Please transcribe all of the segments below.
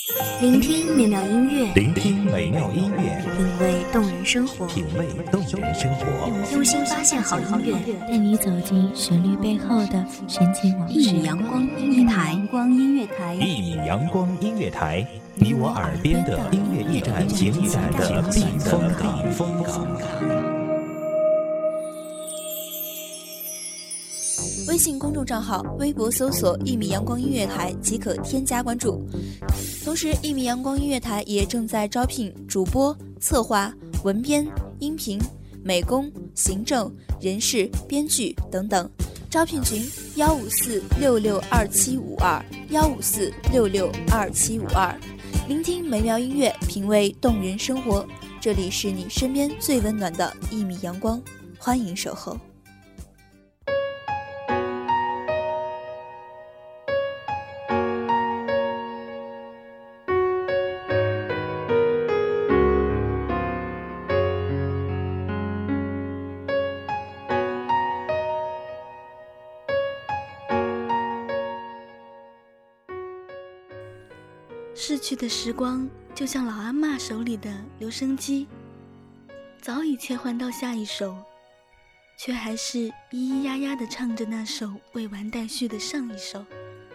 聆听美妙音乐， 聆听美妙音乐， 品味动人生活， 品味动人生活， 用心发现好音乐， 带你走进旋律背后的深情往事。 一米阳光音乐台， 一米阳光音乐台，你我耳边的音乐驿站，情感的避风港。 微信公众账号、微博搜索“一米阳光音乐台”即可添加关注。同时，一米阳光音乐台也正在招聘主播、策划、文编、音频、美工、行政、人事、编剧等等。招聘群154662752，154662752。聆听美妙音乐，品味动人生活。这里是你身边最温暖的一米阳光，欢迎守候。 逝去的时光就像老阿嬷手里的留声机，早已切换到下一首，却还是咿咿呀呀地唱着那首未完待续的上一首。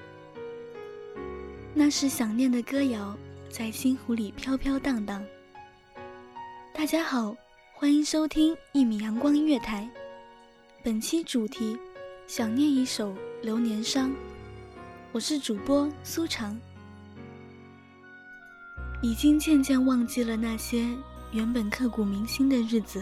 那是想念的歌谣在心湖里飘飘荡荡。大家好，欢迎收听一米阳光音乐台，本期主题想念一首流年伤，我是主播苏长。已经渐渐忘记了那些原本刻骨铭心的日子。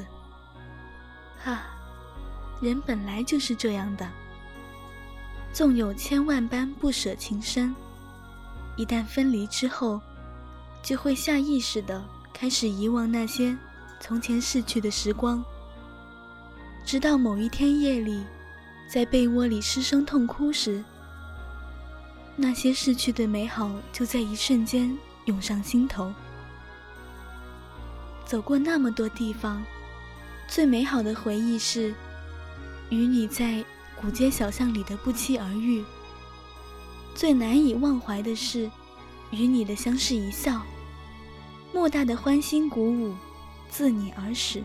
人本来就是这样的，纵有千万般不舍情深，一旦分离之后，就会下意识地开始遗忘那些从前逝去的时光，直到某一天夜里，在被窝里失声痛哭时，那些逝去的美好就在一瞬间涌上心头。走过那么多地方，最美好的回忆是与你在古街小巷里的不期而遇，最难以忘怀的是与你的相视一笑，莫大的欢欣鼓舞自你而始。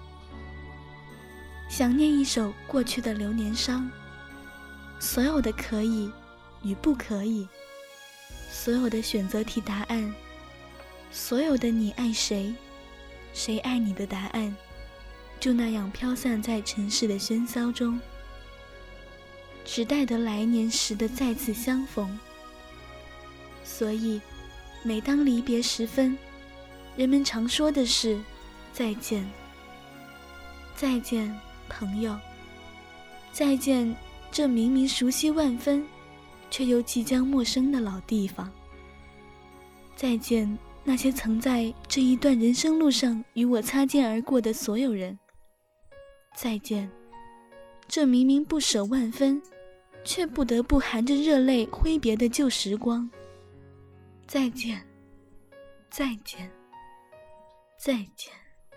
想念一首过去的流年伤，所有的可以与不可以，所有的选择题答案，所有的你爱谁，谁爱你的答案，就那样飘散在尘世的喧嚣中，只待得来年时的再次相逢。所以每当离别时分，人们常说的是再见，再见朋友，再见这明明熟悉万分却又即将陌生的老地方，再见那些曾在这一段人生路上与我擦肩而过的所有人，再见这明明不舍万分却不得不含着热泪挥别的旧时光，再见，再见，再见。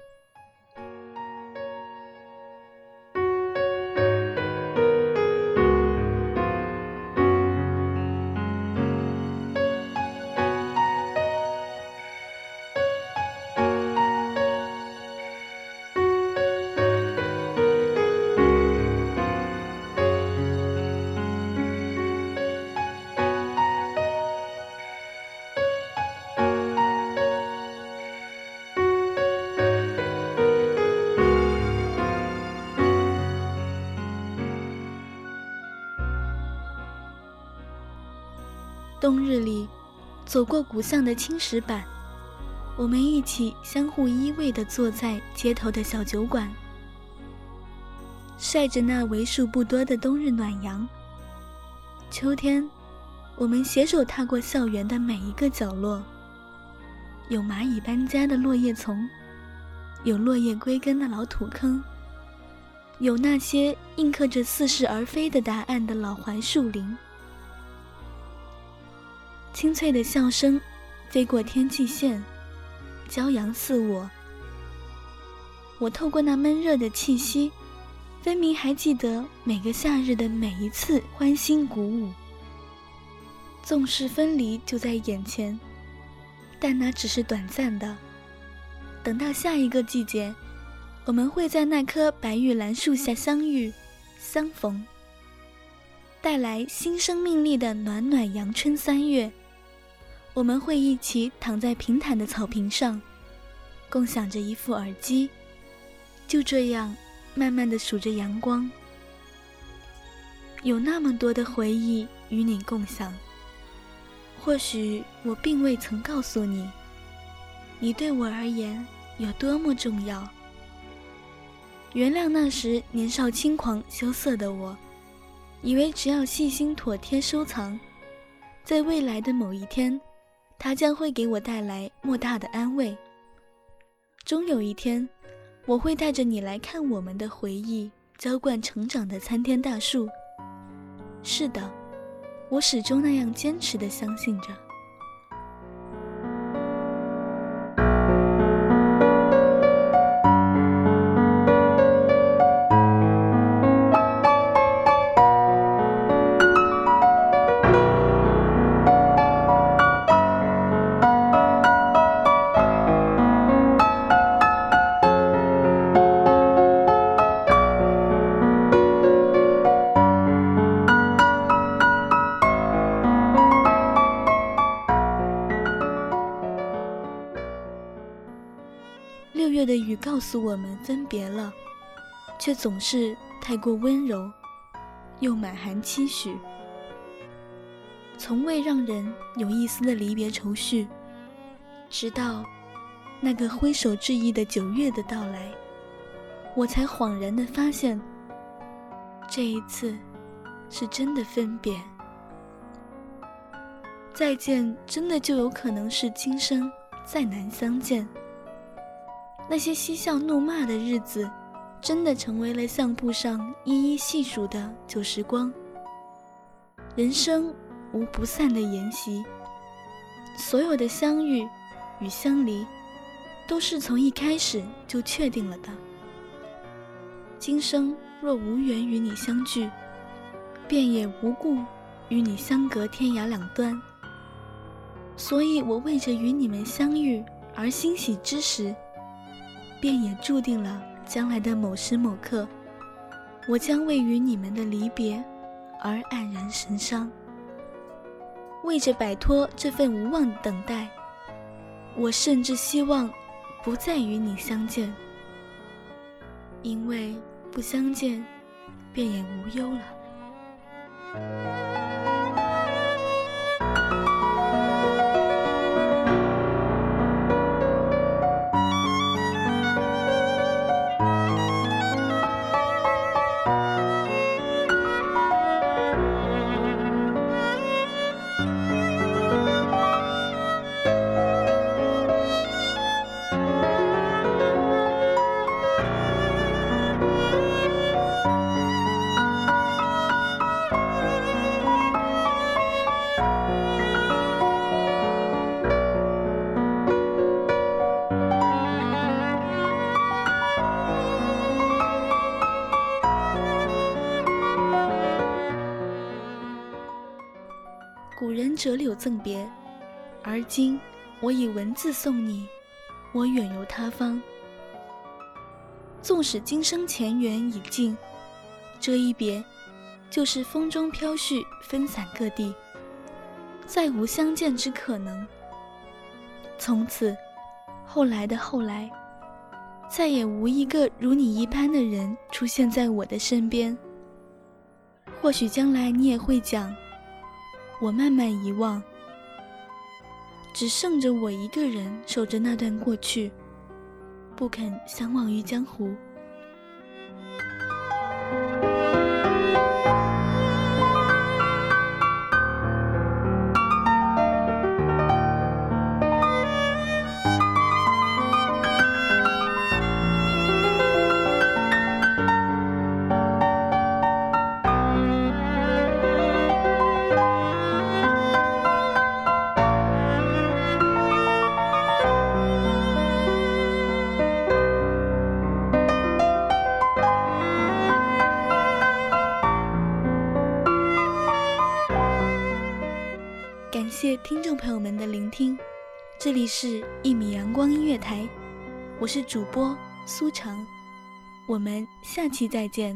冬日里走过古巷的青石板，我们一起相互依偎地坐在街头的小酒馆，晒着那为数不多的冬日暖阳。秋天，我们携手踏过校园的每一个角落，有蚂蚁搬家的落叶丛，有落叶归根的老土坑，有那些印刻着似是而非的答案的老槐树林。清脆的笑声飞过天际线，骄阳似我。我透过那闷热的气息，分明还记得每个夏日的每一次欢欣鼓舞。纵使分离就在眼前， 但那只是短暂的。等到下一个季节，我们会在那棵白玉兰树下相遇相逢，带来新生命力的暖暖阳春3月。我们会一起躺在平坦的草坪上，共享着一副耳机，就这样慢慢地数着阳光。有那么多的回忆与你共享，或许我并未曾告诉你，你对我而言有多么重要。原谅那时年少轻狂羞涩的我，以为只要细心妥帖收藏，在未来的某一天，它将会给我带来莫大的安慰。终有一天，我会带着你来看我们的回忆浇灌成长的参天大树。是的，我始终那样坚持地相信着。6月的雨告诉我们分别了，却总是太过温柔，又满含期许，从未让人有一丝的离别愁绪。直到那个挥手致意的9月的到来，我才恍然地发现，这一次是真的分别。再见真的就有可能是今生再难相见。那些嬉笑怒骂的日子，真的成为了相簿上一一细数的旧时光。人生无不散的筵席，所有的相遇与相离，都是从一开始就确定了的。今生若无缘与你相聚，便也无故与你相隔天涯两端。所以我为着与你们相遇而欣喜之时，便也注定了将来的某时某刻，我将为与你们的离别而黯然神伤。为着摆脱这份无望的等待，我甚至希望不再与你相见，因为不相见便也无忧了。古人折柳赠别，而今我以文字送你，我远游他方。纵使今生前缘已尽，这一别就是风中飘絮，分散各地，再无相见之可能。从此后来的后来，再也无一个如你一般的人出现在我的身边。或许将来你也会讲，我慢慢遗忘，只剩着我一个人守着那段过去，不肯相忘于江湖。感谢听众朋友们的聆听， 这里是1米阳光音乐台，我是主播苏成，我们下期再见。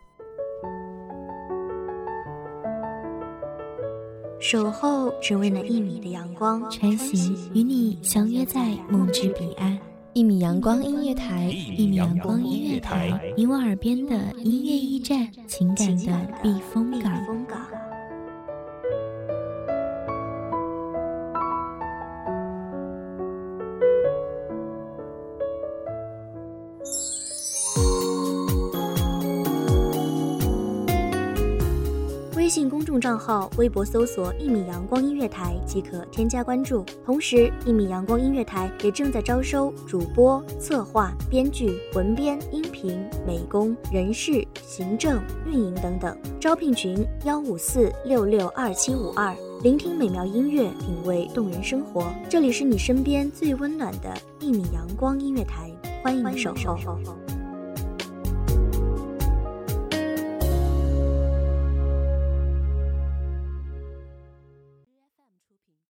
守候只为那1米的阳光， 穿行与你相约在梦之彼岸。1米阳光音乐台，1米阳光音乐台，你我耳边的音乐驿站，情感的避风港。 微信公众账号、微博搜索1米阳光音乐台即可添加关注。同时，1米阳光音乐台也正在招收主播、策划、编剧、文编、音频、美工、人事、行政、运营等等。招聘群154662752。聆听美妙音乐，品味动人生活。这里是你身边最温暖的1米阳光音乐台，欢迎你守候。